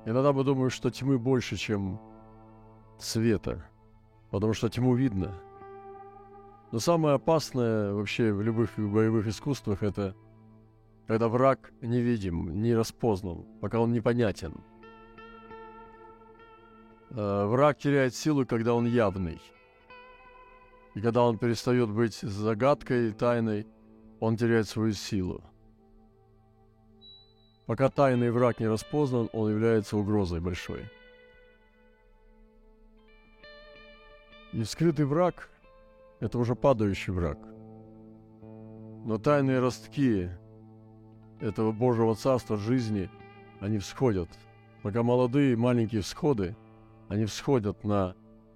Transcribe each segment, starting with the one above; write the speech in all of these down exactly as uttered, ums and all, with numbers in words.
Иногда мы думаем, что тьмы больше, чем света, потому что тьму видно. Но самое опасное вообще в любых боевых искусствах — это когда враг невидим, не распознан, пока он непонятен. Враг теряет силу, когда он явный. И когда он перестает быть загадкой, тайной, он теряет свою силу. Пока тайный враг не распознан, он является угрозой большой. И скрытый враг — это уже падающий враг. Но тайные ростки этого Божьего Царства жизни, они всходят. Пока молодые маленькие всходы, они всходят на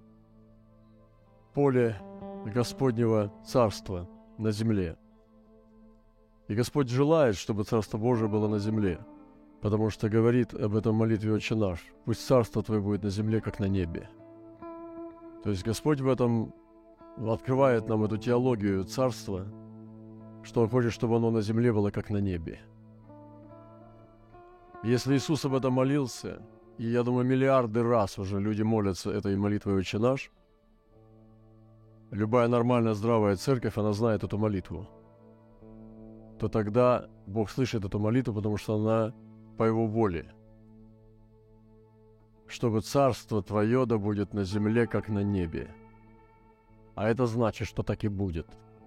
поле Господнего Царства на земле. И Господь желает, чтобы Царство Божие было на земле, потому что говорит об этом в молитве «Отче наш». «Пусть Царство Твое будет на земле, как на небе». То есть Господь в этом открывает нам эту теологию Царства, что Он хочет, чтобы оно на земле было, как на небе. Если Иисус об этом молился, и я думаю, миллиарды раз уже люди молятся этой молитвой «Отче наш», любая нормальная, здравая церковь, она знает эту молитву, то тогда Бог слышит эту молитву, потому что она по Его воле. Чтобы Царство Твое да будет на земле, как на небе. А это значит, что так и будет.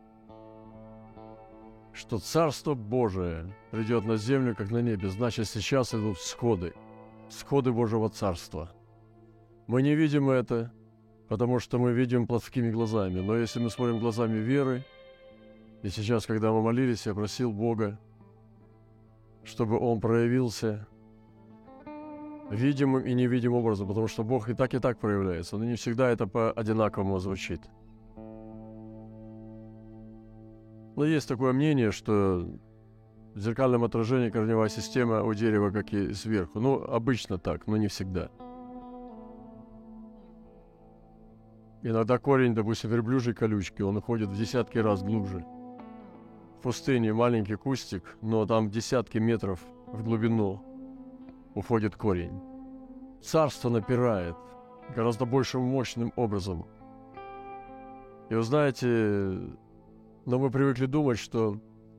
Что Царство Божие придет на землю, как на небе. Значит, сейчас идут всходы. Всходы Божьего Царства. Мы не видим это, потому что мы видим плотскими глазами. Но если мы смотрим глазами веры, и сейчас, когда мы молились, я просил Бога, чтобы Он проявился видимым и невидимым образом, потому что Бог и так, и так проявляется, но не всегда это по-одинаковому звучит. Но есть такое мнение, что в зеркальном отражении корневая система у дерева, как и сверху. Ну, обычно так, но не всегда. Иногда корень, допустим, верблюжьей колючки, он уходит в десятки раз глубже. В пустыне маленький кустик, но там десятки метров в глубину уходит корень. Царство напирает гораздо большим мощным образом. И вы знаете, но мы привыкли думать, что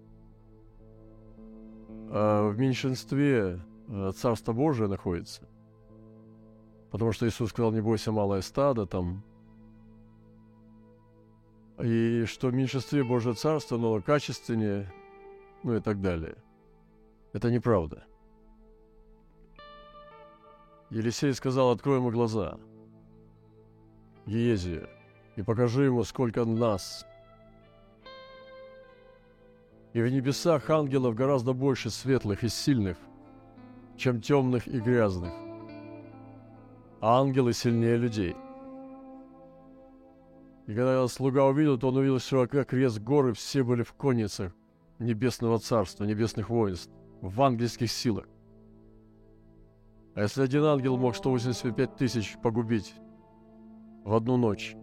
э, в меньшинстве э, Царство Божие находится. Потому что Иисус сказал: не бойся, малое стадо, там. И что в меньшинстве Божие Царство, но качественнее, ну и так далее. Это неправда. Елисей сказал: открой ему глаза, Гиезия, и покажи ему, сколько нас. И в небесах ангелов гораздо больше светлых и сильных, чем темных и грязных. А ангелы сильнее людей. И когда слуга увидел, то он увидел, что как крест горы все были в конницах небесного царства, небесных воинств, в ангельских силах. А если один ангел мог сто восемьдесят пять тысяч погубить в одну ночь,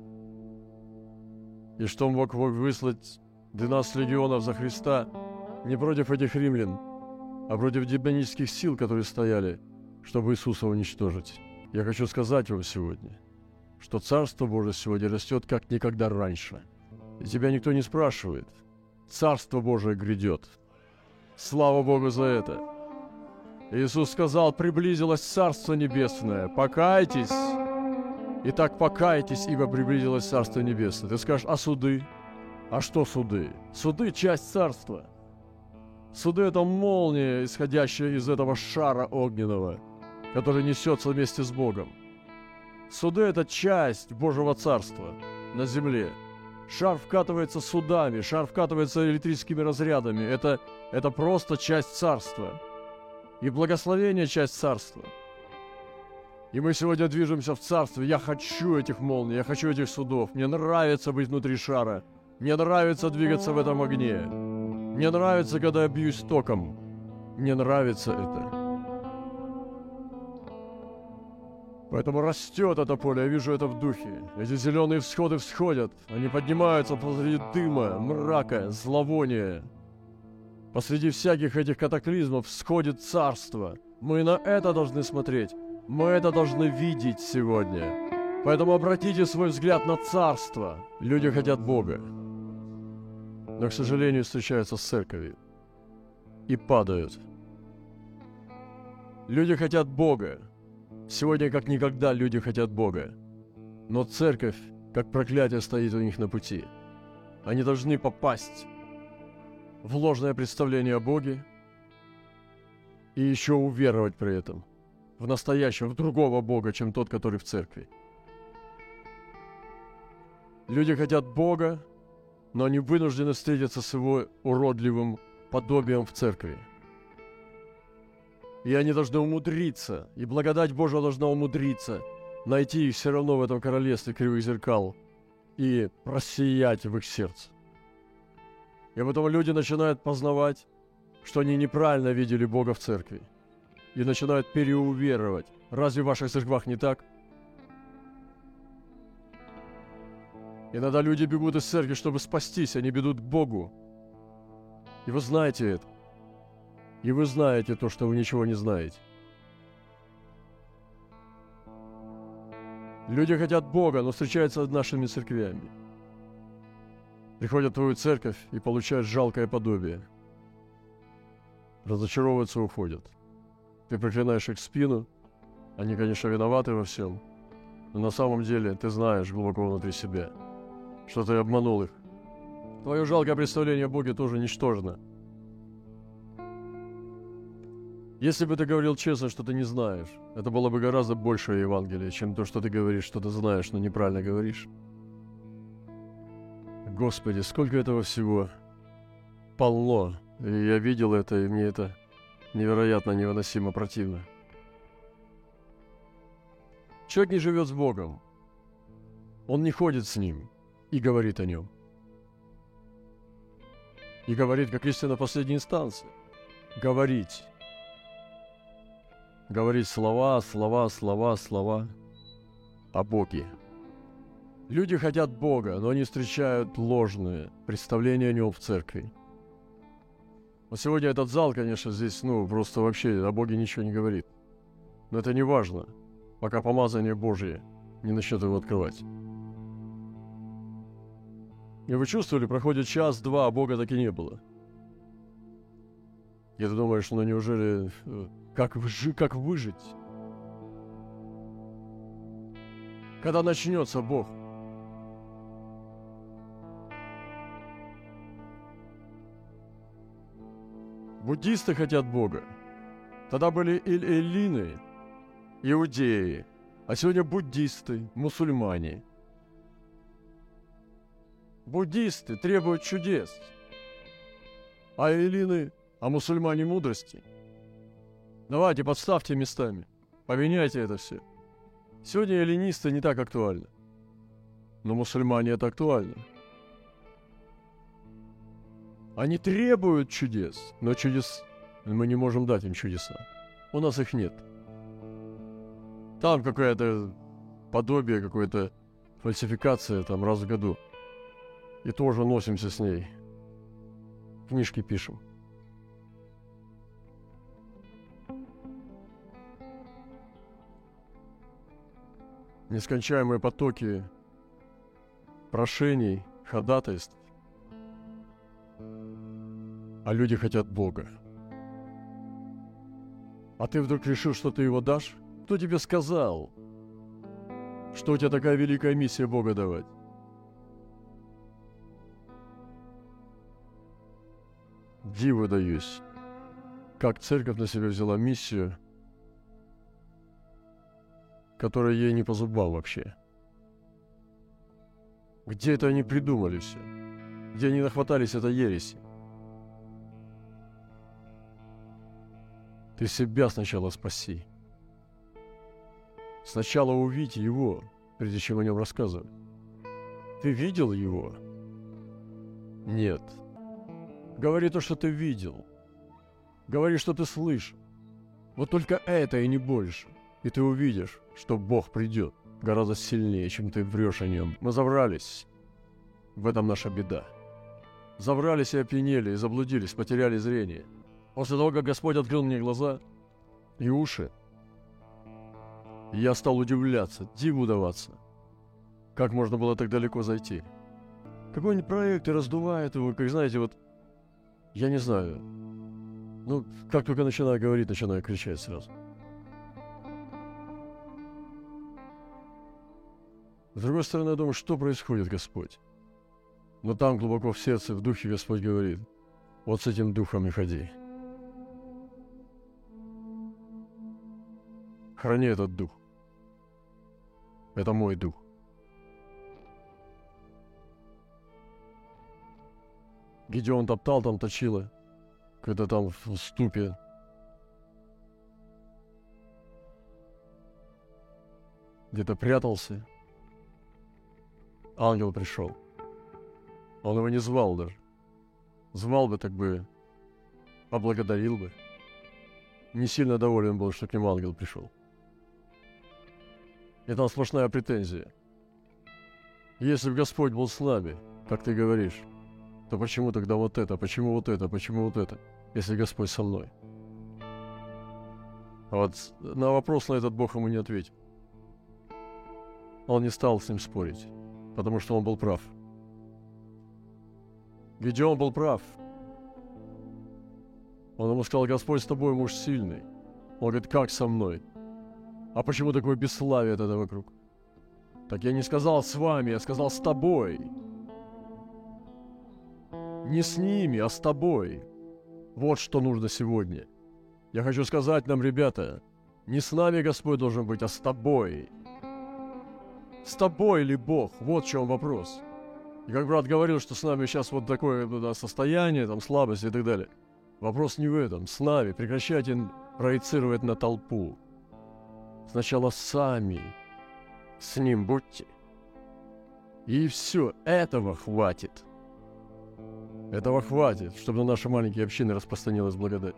и что он мог выслать двенадцать легионов за Христа не против этих римлян, а против демонических сил, которые стояли, чтобы Иисуса уничтожить. Я хочу сказать вам сегодня, что Царство Божие сегодня растет как никогда раньше. И тебя никто не спрашивает. Царство Божие грядет. Слава Богу за это. Иисус сказал: приблизилось Царство Небесное. Покайтесь. Итак, покайтесь, ибо приблизилось Царство Небесное. Ты скажешь: а суды? А что суды? Суды — часть Царства. Суды — это молния, исходящая из этого шара огненного, который несется вместе с Богом. Суды — это часть Божьего Царства на земле. Шар вкатывается судами, шар вкатывается электрическими разрядами. Это, это просто часть Царства. И благословение — часть Царства. И мы сегодня движемся в Царстве. Я хочу этих молний, я хочу этих судов. Мне нравится быть внутри шара. Мне нравится двигаться в этом огне. Мне нравится, когда я бьюсь током. Мне нравится это. Поэтому растет это поле, я вижу это в духе. Эти зеленые всходы всходят, они поднимаются посреди дыма, мрака, зловония. Посреди всяких этих катаклизмов всходит Царство. Мы на это должны смотреть. Мы это должны видеть сегодня. Поэтому обратите свой взгляд на царство. Люди хотят Бога, но, к сожалению, встречаются с церковью и падают. Люди хотят Бога. Сегодня, как никогда, люди хотят Бога. Но церковь, как проклятие, стоит у них на пути. Они должны попасть в ложное представление о Боге и еще уверовать при этом в настоящего, в другого Бога, чем тот, который в церкви. Люди хотят Бога, но они вынуждены встретиться с Его уродливым подобием в церкви. И они должны умудриться, и благодать Божия должна умудриться найти их все равно в этом королевстве кривых зеркал и просиять в их сердце. И потом люди начинают познавать, что они неправильно видели Бога в церкви, и начинают переуверовать. Разве в ваших церквах не так? Иногда люди бегут из церкви, чтобы спастись, они бегут к Богу. И вы знаете это. И вы знаете то, что вы ничего не знаете. Люди хотят Бога, но встречаются с нашими церквями. Приходят в твою церковь и получают жалкое подобие. Разочаровываются и уходят. Ты проклинаешь их в спину. Они, конечно, виноваты во всем. Но на самом деле ты знаешь глубоко внутри себя, что ты обманул их. Твое жалкое представление о Боге тоже ничтожно. Если бы ты говорил честно, что ты не знаешь, это было бы гораздо большее Евангелие, чем то, что ты говоришь, что ты знаешь, но неправильно говоришь. Господи, сколько этого всего полно. И я видел это, и мне это невероятно, невыносимо противно. Человек не живет с Богом. Он не ходит с Ним и говорит о Нем. И говорит, как истина последней инстанции. Говорить. Говорить слова, слова, слова, слова о Боге. Люди хотят Бога, но они встречают ложные представления о Нем в церкви. Вот сегодня этот зал, конечно, здесь, ну, просто вообще о Боге ничего не говорит. Но это не важно, пока помазание Божие не начнет его открывать. И вы чувствовали, проходит час-два, а Бога так и не было. И ты думаешь, ну неужели... Как, выжи, как выжить? Когда начнется Бог? Буддисты хотят Бога. Тогда были эллины, иудеи, а сегодня буддисты, мусульмане. Буддисты требуют чудес, а эллины, а мусульмане мудрости. Давайте, подставьте местами, поменяйте это все. Сегодня эллинисты не так актуальны, но мусульмане это актуально. Они требуют чудес, но чудес мы не можем дать им чудеса. У нас их нет. Там какое-то подобие, какая-то фальсификация там раз в году. И тоже носимся с ней. Книжки пишем. Нескончаемые потоки прошений, ходатайств. А люди хотят Бога. А ты вдруг решил, что ты его дашь? Кто тебе сказал, что у тебя такая великая миссия Бога давать? Диву даюсь, как церковь на себя взяла миссию, которая ей не по зубам вообще. Где это они придумали все? Где они нахватались этой ереси? Ты себя сначала спаси. Сначала увидь его, прежде чем о нем рассказывать. Ты видел его? Нет. Говори то, что ты видел. Говори, что ты слышал. Вот только это и не больше. И ты увидишь, что Бог придет гораздо сильнее, чем ты врешь о нем. Мы заврались. В этом наша беда. Заврались и опьянели, и заблудились, потеряли зрение. После того, как Господь открыл мне глаза и уши, И я стал удивляться, диву даваться. Как можно было так далеко зайти? Какой-нибудь проект и раздувает его, как, знаете, вот... Я не знаю. Ну, как только начинаю говорить, начинаю кричать сразу. С другой стороны, я думаю, что происходит, Господь? Но там, глубоко в сердце, в духе, Господь говорит, вот с этим духом и ходи. Храни этот дух. Это мой дух. Гидеон топтал там, точило, когда там в ступе. Где-то прятался. Ангел пришел. Он его не звал даже. Звал бы, так бы поблагодарил бы. Не сильно доволен был, что к нему ангел пришел. И там сплошная претензия. Если бы Господь был с нами, как ты говоришь, то почему тогда вот это, почему вот это, почему вот это, если Господь со мной? А вот на вопрос на этот Бог ему не ответил. Он не стал с ним спорить, потому что он был прав. Гидеон был прав. Он ему сказал: Господь с тобой, муж сильный. Он говорит: как со мной? А почему такое бесславие тогда вокруг? Так я не сказал с вами, я сказал с тобой. Не с ними, а с тобой. Вот что нужно сегодня. Я хочу сказать нам, ребята, не с нами Господь должен быть, а с тобой. С тобой ли Бог? Вот в чем вопрос. И как брат говорил, что с нами сейчас вот такое да, состояние, там, слабость и так далее. Вопрос не в этом. С нами. Прекращайте проецировать на толпу. Сначала сами с Ним будьте. И все. Этого хватит. Этого хватит, чтобы на наши маленькие общины распространилась благодать.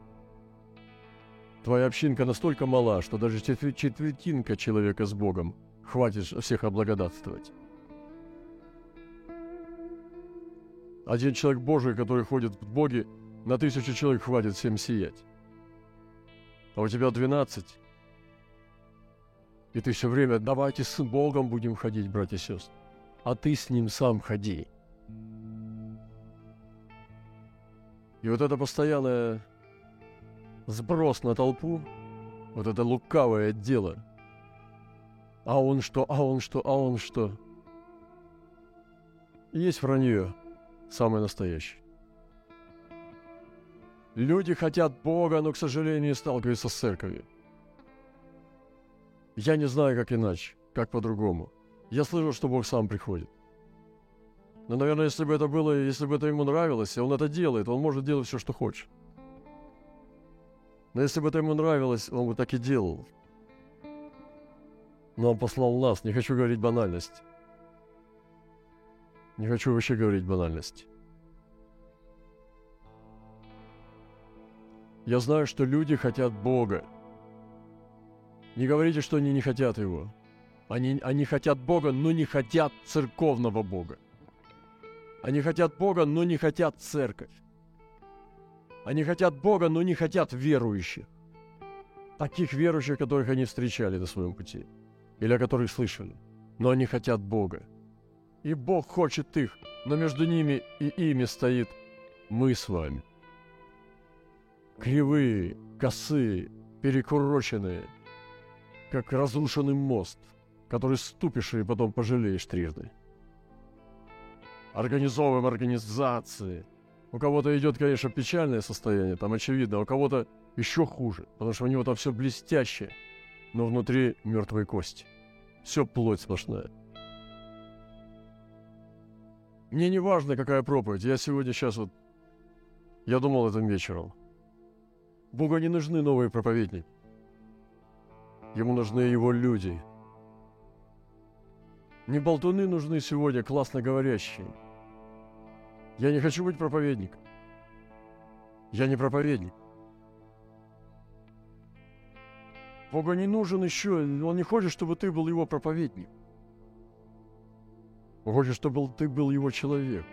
Твоя общинка настолько мала, что даже четвертинка человека с Богом хватит всех облагодатствовать. Один человек Божий, который ходит в Боге, на тысячу человек хватит всем сиять. А у тебя двенадцать. И ты все время: давайте с Богом будем ходить, братья и сестры. А ты с Ним сам ходи. И вот это постоянное сброс на толпу, вот это лукавое дело. А он что, а он что, а он что. Есть вранье, самое настоящее. Люди хотят Бога, но, к сожалению, сталкиваются с церковью. Я не знаю, как иначе, как по-другому. Я слышу, что Бог сам приходит. Но, наверное, если бы это было, если бы это ему нравилось, и он это делает, он может делать все, что хочет. Но если бы это ему нравилось, он бы так и делал. Но он послал нас. Не хочу говорить банальность. Не хочу вообще говорить банальность. Я знаю, что люди хотят Бога. Не говорите, что они не хотят Его. Они, они хотят Бога, но не хотят церковного Бога. Они хотят Бога, но не хотят церковь. Они хотят Бога, но не хотят верующих. Таких верующих, которых они встречали на своем пути. Или о которых слышали. Но они хотят Бога. И Бог хочет их, но между ними и ими стоит мы с вами. Кривые, косые, перекуроченные, как разрушенный мост, который ступишь и потом пожалеешь трижды. Организовываем организации. У кого-то идет, конечно, печальное состояние, там очевидно, а у кого-то еще хуже, потому что у него там все блестящее, но внутри мертвые кости. Все плоть сплошная. Мне не важно, какая проповедь. Я сегодня сейчас вот... Я думал этим вечером. Богу не нужны новые проповедники. Ему нужны Его люди. Не болтуны нужны сегодня, классно говорящие. Я не хочу быть проповедником. Я не проповедник. Богу не нужен еще, Он не хочет, чтобы ты был Его проповедник. Он хочет, чтобы ты был Его человек.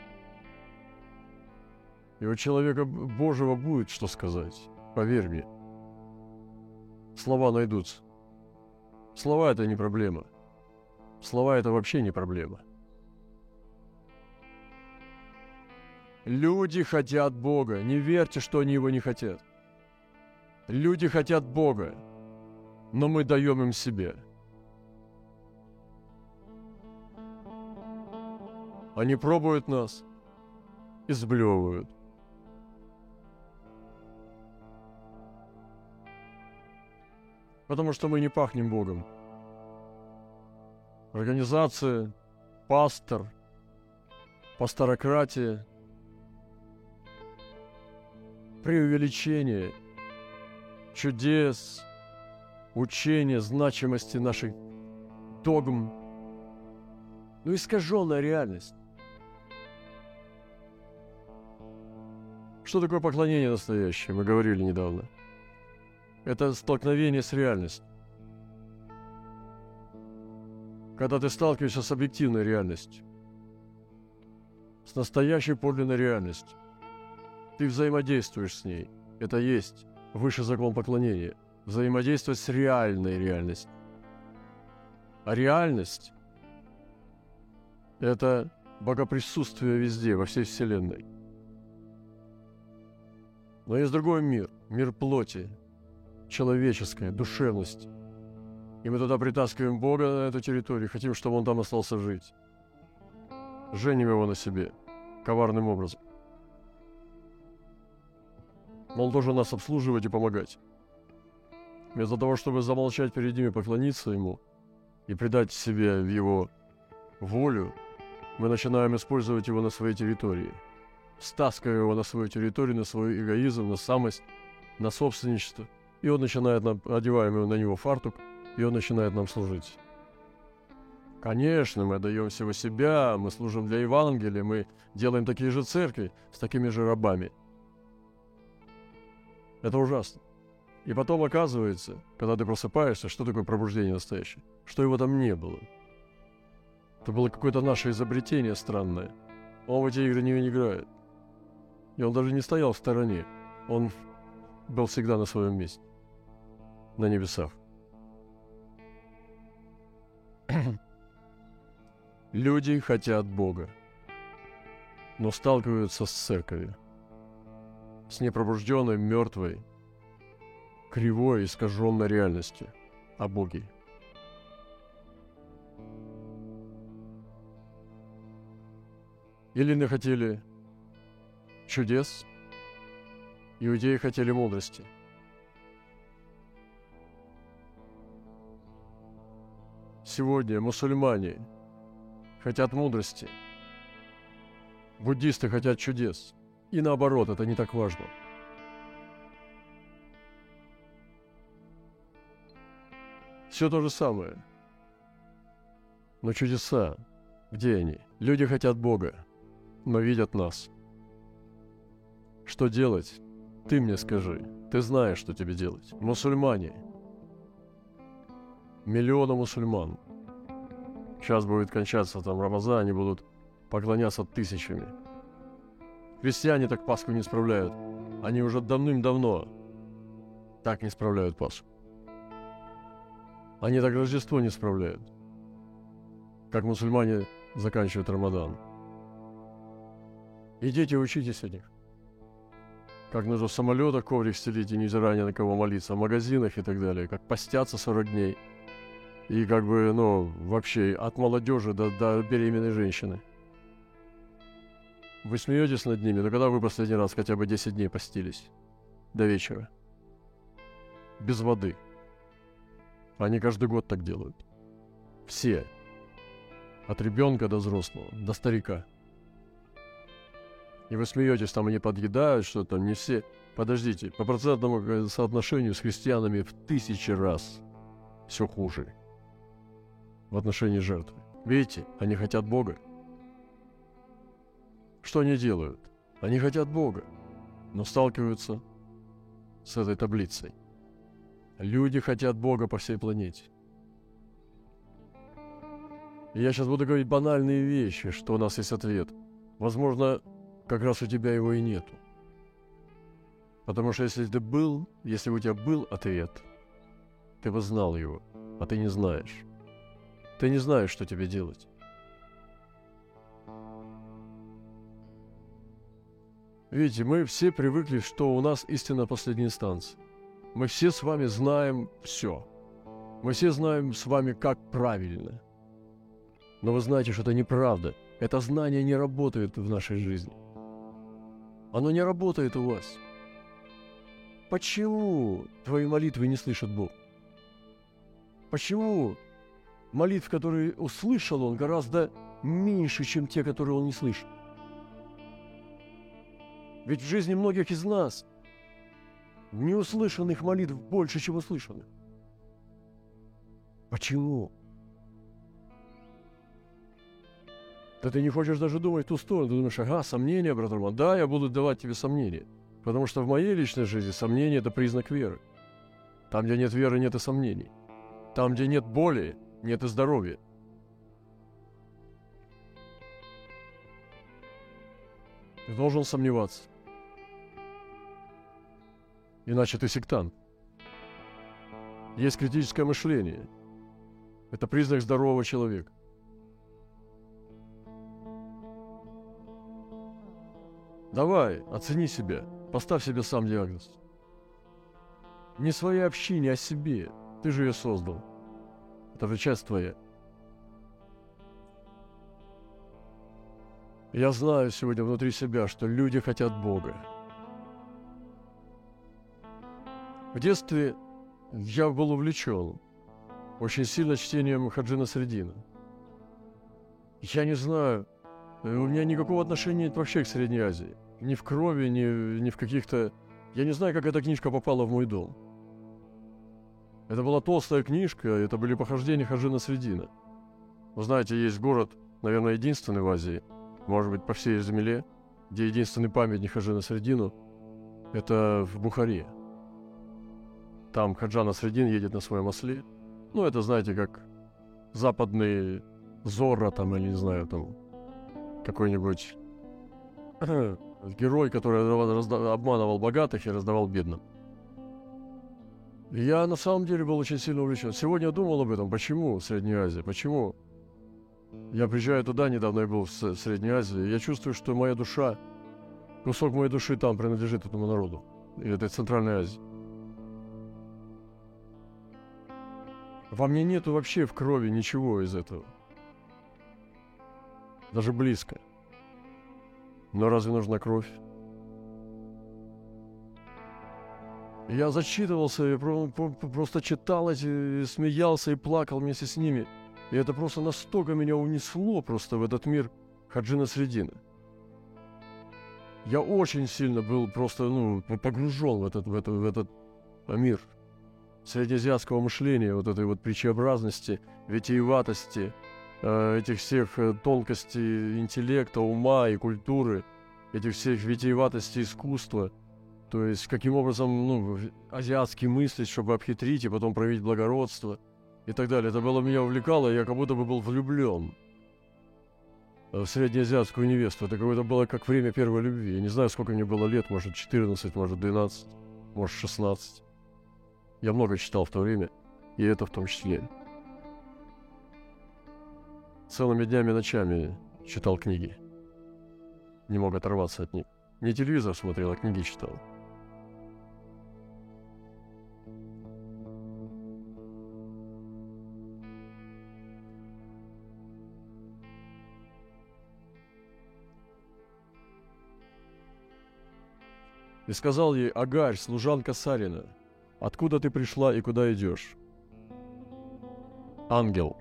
И у человека Божьего будет что сказать. Поверь мне. Слова найдутся. Слова — это не проблема. Слова — это вообще не проблема. Люди хотят Бога. Не верьте, что они Его не хотят. Люди хотят Бога, но мы даем им себя. Они пробуют нас и сблевывают. Потому что мы не пахнем Богом. Организация, пастор, пасторократия, преувеличение чудес, учение значимости наших догм, ну, искаженная реальность. Что такое поклонение настоящее? Мы говорили недавно. Это столкновение с реальностью. Когда ты сталкиваешься с объективной реальностью, с настоящей подлинной реальностью, ты взаимодействуешь с ней. Это есть высший закон поклонения. Взаимодействовать с реальной реальностью. А реальность – это богоприсутствие везде, во всей Вселенной. Но есть другой мир, мир плоти, человеческой, душевности. И мы туда притаскиваем Бога на эту территорию, хотим, чтобы Он там остался жить. Женим Его на себе коварным образом. Но Он должен нас обслуживать и помогать. Вместо того, чтобы замолчать перед Ним и поклониться Ему, и предать себе в Его волю, мы начинаем использовать Его на своей территории. Стаскивая Его на свою территорию, на свой эгоизм, на самость, на собственничество. И Он начинает нам, одеваем его на Него фартук, и Он начинает нам служить. Конечно, мы отдаем всего себя, мы служим для Евангелия, мы делаем такие же церкви с такими же рабами. Это ужасно. И потом оказывается, когда ты просыпаешься, что такое пробуждение настоящее? Что его там не было. Это было какое-то наше изобретение странное. Он в эти игры не играет. И он даже не стоял в стороне. Он был всегда на своем месте. На небесах. Люди хотят Бога, но сталкиваются с церковью. С непробужденной, мертвой, кривой, искаженной реальностью о Боге. Эллины хотели чудес, иудеи хотели мудрости. Сегодня мусульмане хотят мудрости, буддисты хотят чудес. И наоборот, это не так важно. Все то же самое. Но чудеса, где они? Люди хотят Бога, но видят нас. Что делать? Ты мне скажи. Ты знаешь, что тебе делать. Мусульмане. Миллионы мусульман. Сейчас будет кончаться там Рамазан, они будут поклоняться тысячами. Христиане так Пасху не справляют. Они уже давным-давно так не справляют Пасху. Они так Рождество не справляют, как мусульмане заканчивают Рамадан. Идите учитесь у них. Как нужно в самолетах коврик стелить и невзирая ни на кого молиться, в магазинах и так далее. Как постятся сорок дней. И как бы, ну, вообще от молодежи до, до беременной женщины. Вы смеетесь над ними, но когда вы последний раз хотя бы десять дней постились? До вечера. Без воды. Они каждый год так делают. Все. От ребенка до взрослого, до старика. И вы смеетесь, там они подъедают, что там не все. Подождите, по процентному соотношению с христианами в тысячи раз все хуже. В отношении жертвы. Видите, они хотят Бога. Что они делают? Они хотят Бога, но сталкиваются с этой таблицей. Люди хотят Бога по всей планете. И я сейчас буду говорить банальные вещи, что у нас есть ответ. Возможно, как раз у тебя его и нету. Потому что если ты был, если у тебя был ответ, ты бы знал его. а ты не знаешь. Ты не знаешь, что тебе делать. Видите, мы все привыкли, что у нас истина последней инстанции. Мы все с вами знаем все. Мы все знаем с вами, как правильно. Но вы знаете, что это неправда. Это знание не работает в нашей жизни. Оно не работает у вас. Почему твои молитвы не слышит Бог? Почему молитв, которые услышал Он, гораздо меньше, чем те, которые Он не слышит? Ведь в жизни многих из нас неуслышанных молитв больше, чем услышанных. Почему? Да ты не хочешь даже думать в ту сторону. Ты думаешь, ага, сомнения, брат Роман. Да, я буду давать тебе сомнения. Потому что в моей личной жизни сомнения – это признак веры. Там, где нет веры, нет и сомнений. Там, где нет боли, нет и здоровья. Ты должен сомневаться. Иначе ты сектант. Есть критическое мышление. Это признак здорового человека. Давай, оцени себя. Поставь себе сам диагноз. Не своей общине, а себе. Ты же ее создал. Это же часть твоя. Я знаю сегодня внутри себя, что люди хотят Бога. В детстве я был увлечен очень сильно чтением Хаджи Насреддина. Я не знаю, у меня никакого отношения нет вообще к Средней Азии. Ни в крови, ни, ни в каких-то... Я не знаю, как эта книжка попала в мой дом. Это была толстая книжка, это были похождения Хаджи Насреддина. Вы знаете, есть город, наверное, единственный в Азии, может быть, по всей земле, где единственный памятник Хаджи Насреддину, это в Бухаре. Там Хаджа Насреддин едет на своем осле. Ну, это, знаете, как западный Зорро, там, или не знаю, там, какой-нибудь герой, который разда- обманывал богатых и раздавал бедным. Я на самом деле был очень сильно увлечен. Сегодня я думал об этом. Почему Средняя Азия? Почему? Я приезжаю туда, недавно я был в Средней Азии, и я чувствую, что моя душа, кусок моей души там принадлежит этому народу, и этой Центральной Азии. Во мне нету вообще в крови ничего из этого. Даже близко. Но разве нужна кровь? Я зачитывался, я просто читал эти, смеялся и плакал вместе с ними. И это просто настолько меня унесло просто в этот мир Хаджи Насреддина. Я очень сильно был просто, ну, погружен в этот, в этот, в этот мир среднеазиатского мышления, вот этой вот притчеобразности, витиеватости, э, этих всех тонкостей интеллекта, ума и культуры, этих всех витиеватостей искусства. То есть, каким образом, ну, азиатски мыслить, чтобы обхитрить и потом проявить благородство и так далее. Это было меня увлекало, и я как будто бы был влюблен в среднеазиатскую невесту. Это какое-то было как время первой любви. Я не знаю, сколько мне было лет, может, четырнадцать, может, двенадцать, может, шестнадцать. Я много читал в то время, и это в том числе. Целыми днями и ночами читал книги. Не мог оторваться от них. Не телевизор смотрел, а книги читал. И сказал ей: «Агарь, служанка Сарина, откуда ты пришла и куда идешь?» Ангел.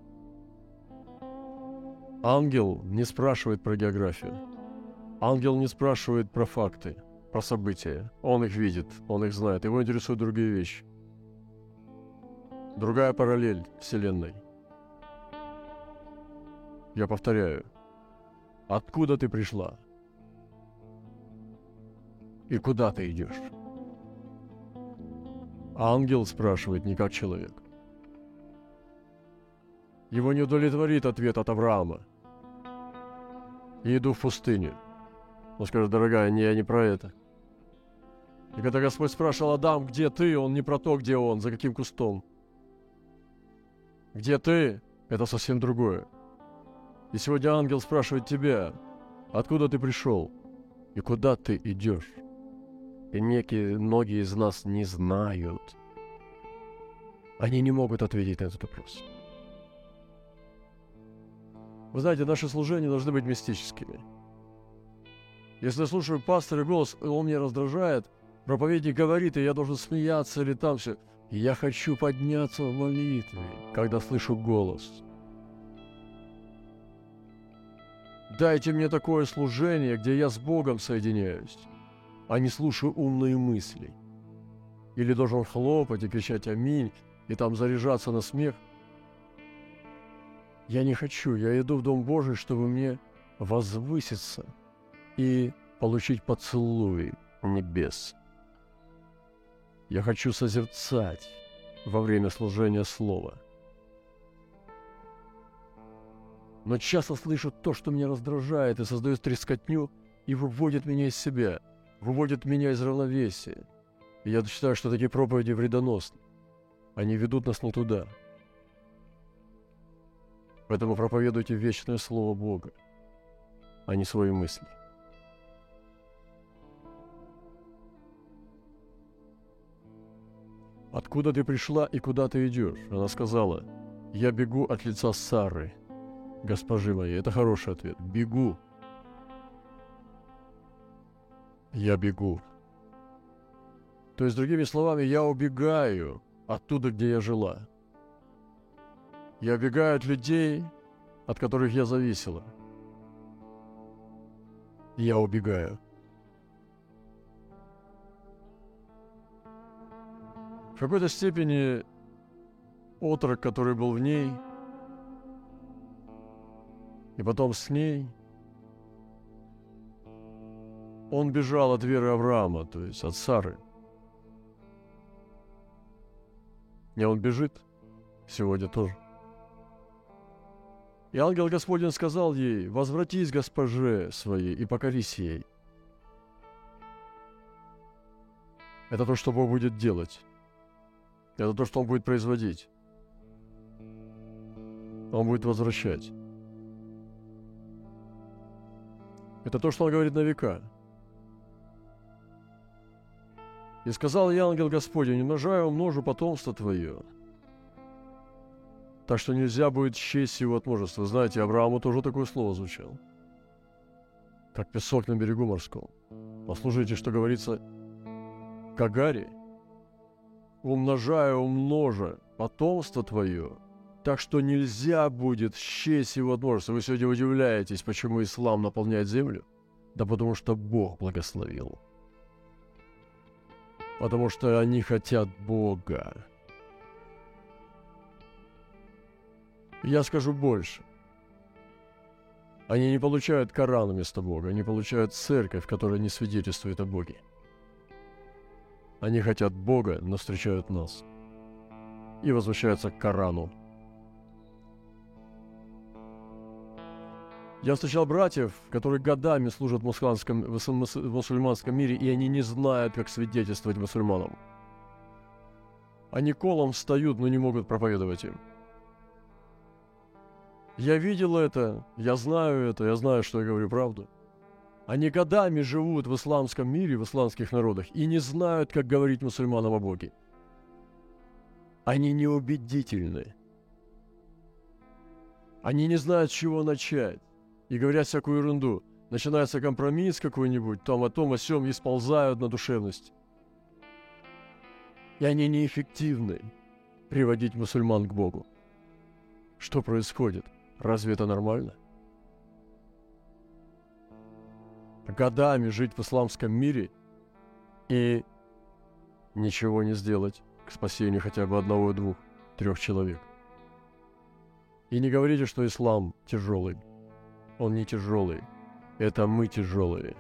Ангел не спрашивает про географию. Ангел не спрашивает про факты, про события. Он их видит, он их знает. Его интересуют другие вещи. Другая параллель Вселенной. Я повторяю. Откуда ты пришла? И куда ты идешь? Ангел спрашивает не как человек. Его не удовлетворит ответ от Авраама. Я иду в пустыню. Он скажет: дорогая, не, я не про это. И когда Господь спрашивал: Адам, где ты? Он не про то, где он, за каким кустом. Где ты — это совсем другое. И сегодня ангел спрашивает тебя, откуда ты пришел и куда ты идешь. И некие, многие из нас не знают. Они не могут ответить на этот вопрос. Вы знаете, наши служения должны быть мистическими. Если я слушаю пастора голос, и он меня раздражает, проповедник говорит, и я должен смеяться или там все. Я хочу подняться в молитве, когда слышу голос. Дайте мне такое служение, где я с Богом соединяюсь, а не слушаю умные мысли. Или должен хлопать и кричать «Аминь», и там заряжаться на смех. Я не хочу, я иду в Дом Божий, чтобы мне возвыситься и получить поцелуй небес. Я хочу созерцать во время служения Слова. Но часто слышу то, что меня раздражает и создает трескотню, и выводит меня из себя, выводит меня из равновесия. И я считаю, что такие проповеди вредоносны. Они ведут нас не туда. Поэтому проповедуйте вечное Слово Бога, а не свои мысли. «Откуда ты пришла и куда ты идешь?» Она сказала: «Я бегу от лица Сары, госпожи моей». Это хороший ответ. Бегу. Я бегу. То есть, другими словами, я убегаю оттуда, где я жила. Я убегаю от людей, от которых я зависела. Я убегаю. В какой-то степени отрок, который был в ней, и потом с ней, он бежал от веры Авраама, то есть от Сары. И он бежит сегодня тоже. И ангел Господень сказал ей: «Возвратись, госпоже своей, и покорись ей». Это то, что Бог будет делать. Это то, что Он будет производить. Он будет возвращать. Это то, что Он говорит на века. «И сказал я, ангел Господень, умножаю, умножу потомство твое». Так что нельзя будет счесть его от множества. Знаете, Аврааму тоже такое слово звучало. Как песок на берегу морском. Послушайте, что говорится к Агаре. «Умножаю, умножа потомство твое, так что нельзя будет счесть его от множества». Вы сегодня удивляетесь, почему ислам наполняет землю? Да потому что Бог благословил. Потому что они хотят Бога. Я скажу больше. Они не получают Коран вместо Бога, они получают церковь, которая не свидетельствует о Боге. Они хотят Бога, но встречают нас. И возвращаются к Корану. Я встречал братьев, которые годами служат в мусульманском, в мусульманском мире, и они не знают, как свидетельствовать мусульманам. Они колом встают, но не могут проповедовать им. Я видел это, я знаю это, я знаю, что я говорю правду. Они годами живут в исламском мире, в исламских народах, и не знают, как говорить мусульманам о Боге. Они неубедительны. Они не знают, с чего начать. И говорят всякую ерунду. Начинается компромисс какой-нибудь, там о том, о сём, и сползают на душевность. И они неэффективны приводить мусульман к Богу. Что происходит? Разве это нормально? Годами жить в исламском мире и ничего не сделать к спасению хотя бы одного, двух, трех человек. И не говорите, что ислам тяжелый. Он не тяжелый. Это мы тяжелые.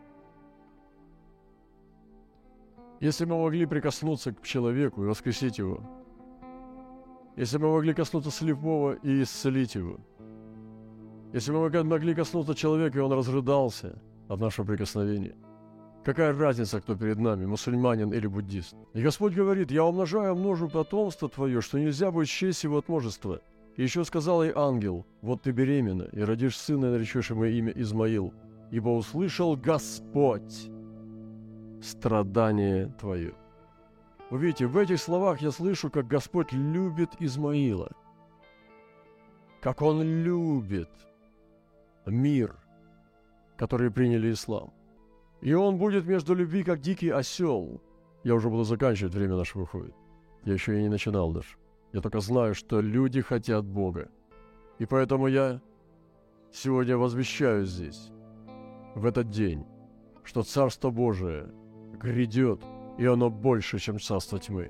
Если мы могли прикоснуться к человеку и воскресить его, если мы могли коснуться слепого и исцелить его, если мы могли коснуться человека, и он разрыдался от нашего прикосновения, Какая разница, кто перед нами, мусульманин или буддист? И Господь говорит: «Я умножаю, множу потомство твое, что нельзя будет счесть его от множества». И еще сказал ей ангел: «Вот ты беременна, и родишь сына, и наречешь ему имя Измаил, ибо услышал Господь страдание твое». Вы видите, в этих словах я слышу, как Господь любит Измаила, как Он любит мир, которые приняли ислам. И он будет между любви, как дикий осел. Я уже буду заканчивать, время наше выходит. Я еще и не начинал даже. Я только знаю, что люди хотят Бога. И поэтому я сегодня возвещаю здесь, в этот день, что Царство Божие грядет, и оно больше, чем царство тьмы.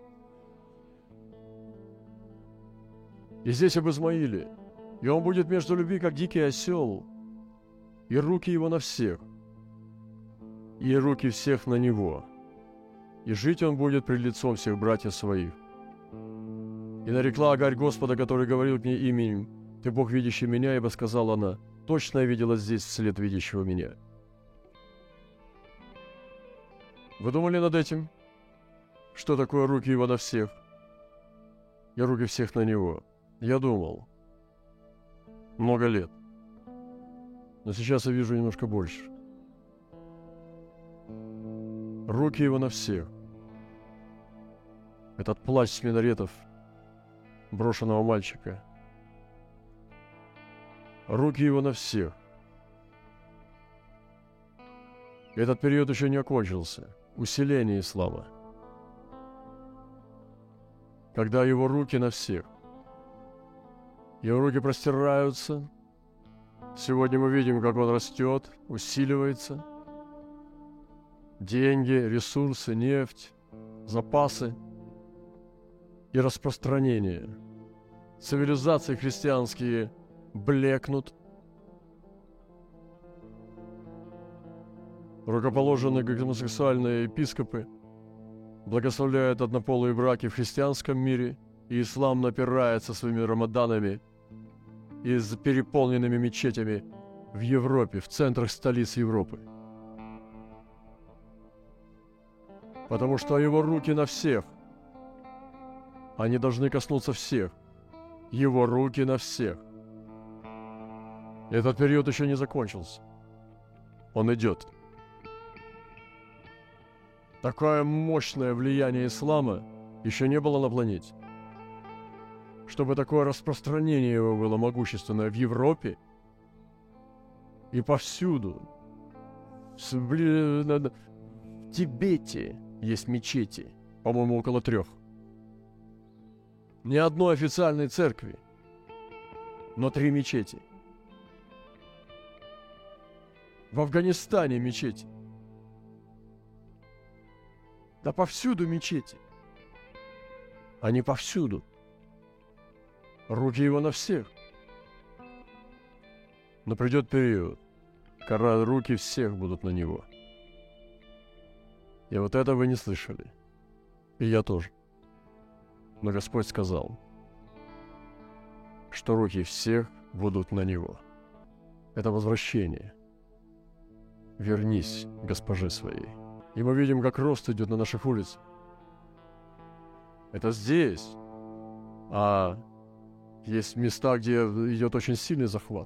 И здесь об Измаиле. И он будет между любви, как дикий осел, и руки его на всех, и руки всех на него. И жить он будет пред лицом всех братьев своих. И нарекла Агарь Господа, который говорил к ней именем: «Ты Бог, видящий меня», ибо сказала она: «Точно я видела здесь вслед видящего меня». Вы думали над этим? Что такое руки его на всех? И руки всех на него. Я думал. Много лет. Но сейчас я вижу немножко больше. Руки его на всех. Этот плач с минаретов брошенного мальчика. Руки его на всех. Этот период еще не окончился. Усиление ислама. Когда его руки на всех. Его руки простираются. Сегодня мы видим, как он растет, усиливается. Деньги, ресурсы, нефть, запасы и распространение. Цивилизации христианские блекнут. Рукоположенные гомосексуальные епископы благословляют однополые браки в христианском мире, и ислам напирает со своими рамаданами и с переполненными мечетями в Европе, в центрах столиц Европы. Потому что его руки на всех. Они должны коснуться всех. Его руки на всех. Этот период еще не закончился. Он идет. Такое мощное влияние ислама еще не было на планете. Чтобы такое распространение его было могущественное в Европе и повсюду. В Тибете есть мечети, по-моему, около трех. Ни одной официальной церкви, но три мечети. В Афганистане мечети. Да повсюду мечети. Они повсюду. Руки его на всех. Но придет период, когда руки всех будут на него. И вот это вы не слышали. И я тоже. Но Господь сказал, что руки всех будут на него. Это возвращение. Вернись к госпоже своей. И мы видим, как рост идет на наших улицах. Это здесь. А есть места, где идет очень сильный захват.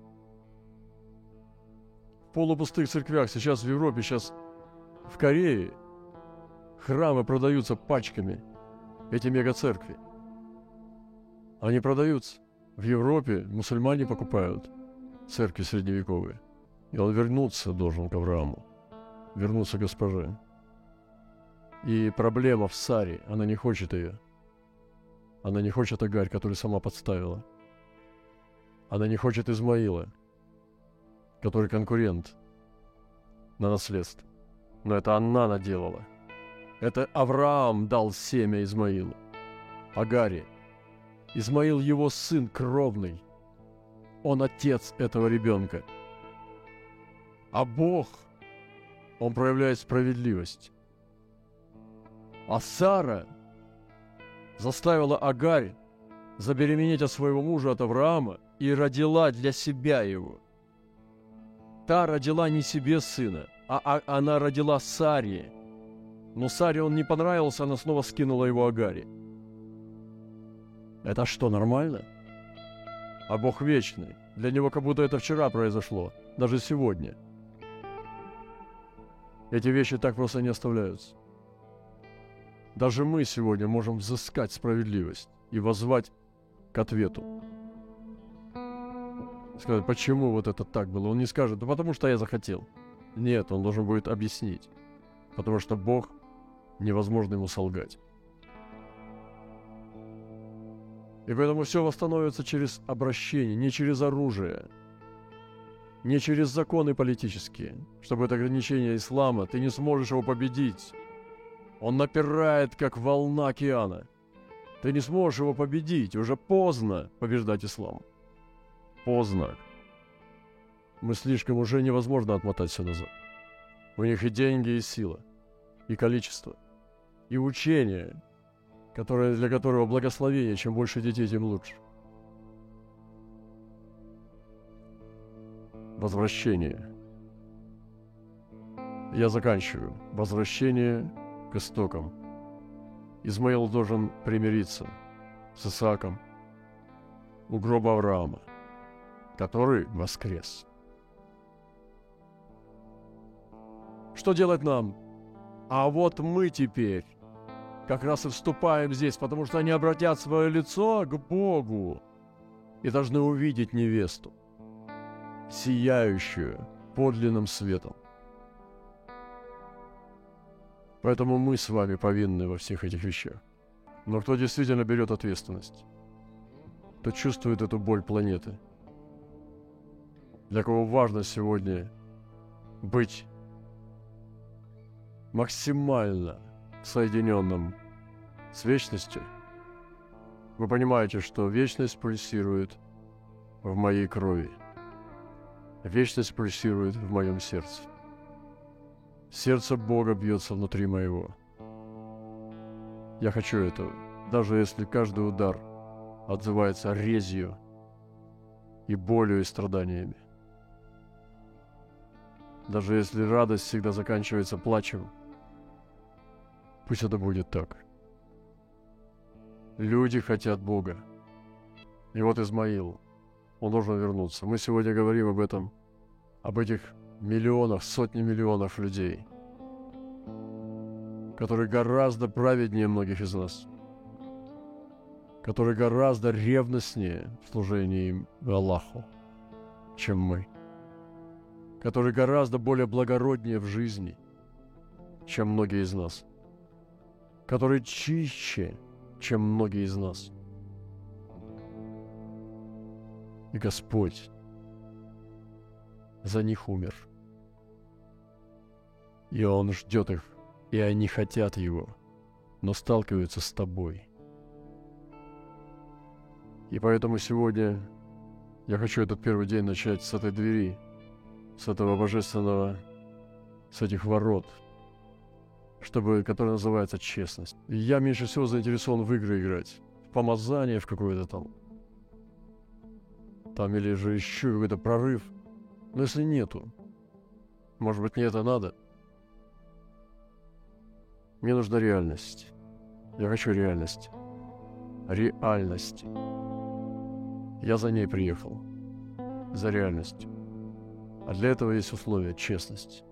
В полупустых церквях сейчас в Европе, сейчас в Корее храмы продаются пачками. Эти мегацеркви. Они продаются. В Европе мусульмане покупают церкви средневековые. И он вернуться должен к Аврааму. Вернуться к госпоже. И проблема в Саре. Она не хочет ее. Она не хочет Агарь, которую сама подставила. Она не хочет Измаила, который конкурент на наследство. Но это она наделала. Это Авраам дал семя Измаилу, Агаре. Измаил его сын кровный. Он отец этого ребенка. А Бог, Он проявляет справедливость. А Сара заставила Агарь забеременеть от своего мужа, от Авраама, и родила для себя его. Та родила не себе сына, А, а она родила Саре. Но Саре он не понравился, она снова скинула его Агаре. Это что, нормально? А Бог вечный. Для него как будто это вчера произошло, даже сегодня. Эти вещи так просто не оставляются. Даже мы сегодня можем взыскать справедливость и воззвать к ответу. Сказать, почему вот это так было? Он не скажет, да потому что я захотел. Нет, он должен будет объяснить. Потому что Бог, невозможно ему солгать. И поэтому все восстановится через обращение, не через оружие, не через законы политические. Чтобы это ограничение ислама, ты не сможешь его победить. Он напирает, как волна океана. Ты не сможешь его победить. Уже поздно побеждать ислам. Поздно. Мы слишком, уже невозможно отмотать все назад. У них и деньги, и сила, и количество, и учение, которое, для которого благословение, чем больше детей, тем лучше. Возвращение. Я заканчиваю. Возвращение к истокам. Измаил должен примириться с Исааком у гроба Авраама, который воскрес. Что делать нам? А вот мы теперь как раз и вступаем здесь, потому что они обратят свое лицо к Богу и должны увидеть невесту, сияющую подлинным светом. Поэтому мы с вами повинны во всех этих вещах. Но кто действительно берет ответственность, кто чувствует эту боль планеты, для кого важно сегодня быть максимально соединенным с вечностью, вы понимаете, что вечность пульсирует в моей крови, вечность пульсирует в моем сердце. Сердце Бога бьется внутри моего. Я хочу этого, даже если каждый удар отзывается резью и болью и страданиями. Даже если радость всегда заканчивается плачем, пусть это будет так. Люди хотят Бога. И вот Измаил, он должен вернуться. Мы сегодня говорим об этом, об этих миллионах, сотни миллионов людей, которые гораздо праведнее многих из нас, которые гораздо ревностнее в служении Аллаху, чем мы, которые гораздо более благороднее в жизни, чем многие из нас, которые чище, чем многие из нас. И Господь за них умер. И Он ждет их, и они хотят Его, но сталкиваются с Тобой. И поэтому сегодня я хочу этот первый день начать с этой двери, с этого божественного, с этих ворот, чтобы, который называется честность. И я меньше всего заинтересован в игры играть, в помазание в какое-то там, там или же еще какой-то прорыв. Но если нету, может быть, мне это надо? Мне нужна реальность. Я хочу реальность. Реальность. Я за ней приехал. За реальностью. А для этого есть условия — честность.